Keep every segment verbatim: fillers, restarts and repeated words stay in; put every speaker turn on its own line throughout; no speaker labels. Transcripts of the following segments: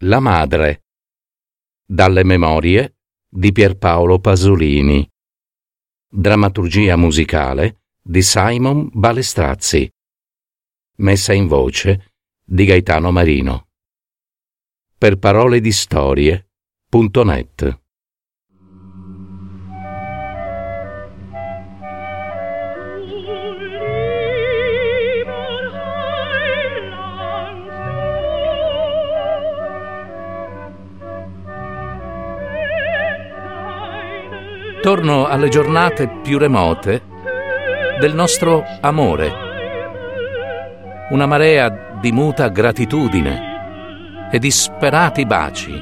La madre. Dalle memorie di Pierpaolo Pasolini. Drammaturgia musicale di Simon Balestrazzi. Messa in voce di Gaetano Marino. Per parole di storie punto net. Torno alle giornate più remote del nostro amore. Una marea di muta gratitudine e disperati baci.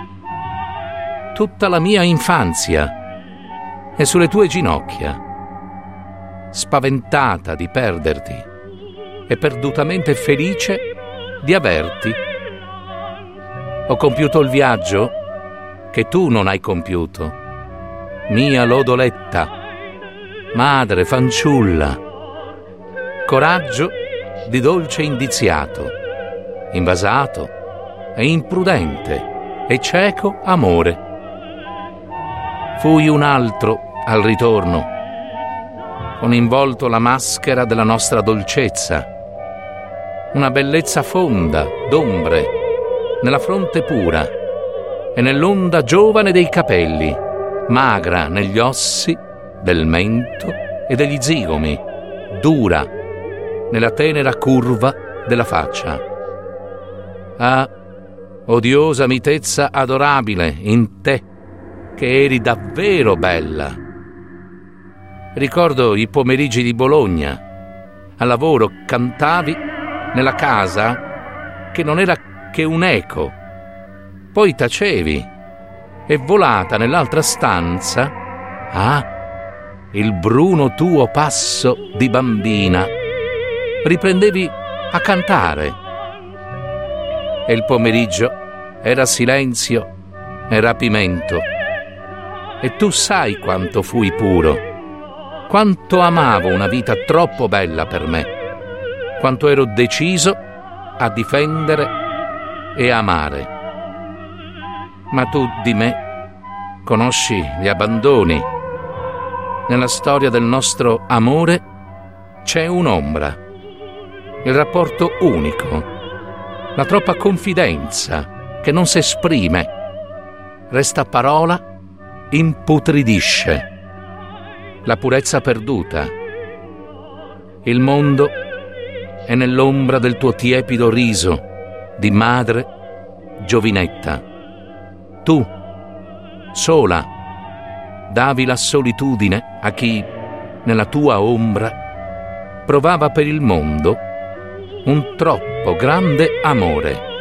Tutta la mia infanzia è sulle tue ginocchia, spaventata di perderti e perdutamente felice di averti. Ho compiuto il viaggio che tu non hai compiuto. Mia lodoletta, madre fanciulla, coraggio di dolce indiziato, invasato e imprudente e cieco amore. Fui un altro al ritorno, con involto la maschera della nostra dolcezza, una bellezza fonda d'ombre nella fronte pura e nell'onda giovane dei capelli, magra negli ossi del mento e degli zigomi, dura nella tenera curva della faccia. Ah, odiosa mitezza adorabile in te, che eri davvero bella. Ricordo i pomeriggi di Bologna. Al lavoro cantavi nella casa che non era che un eco. Poi tacevi e volata nell'altra stanza, ah, il bruno tuo passo di bambina, riprendevi a cantare. E il pomeriggio era silenzio e rapimento. E tu sai quanto fui puro, quanto amavo una vita troppo bella per me, quanto ero deciso a difendere e amare. Ma tu di me conosci gli abbandoni. Nella storia del nostro amore c'è un'ombra, il rapporto unico, la troppa confidenza che non si esprime, resta parola, imputridisce, la purezza perduta. Il mondo è nell'ombra del tuo tiepido riso di madre giovinetta. Tu, sola, davi la solitudine a chi, nella tua ombra, provava per il mondo un troppo grande amore.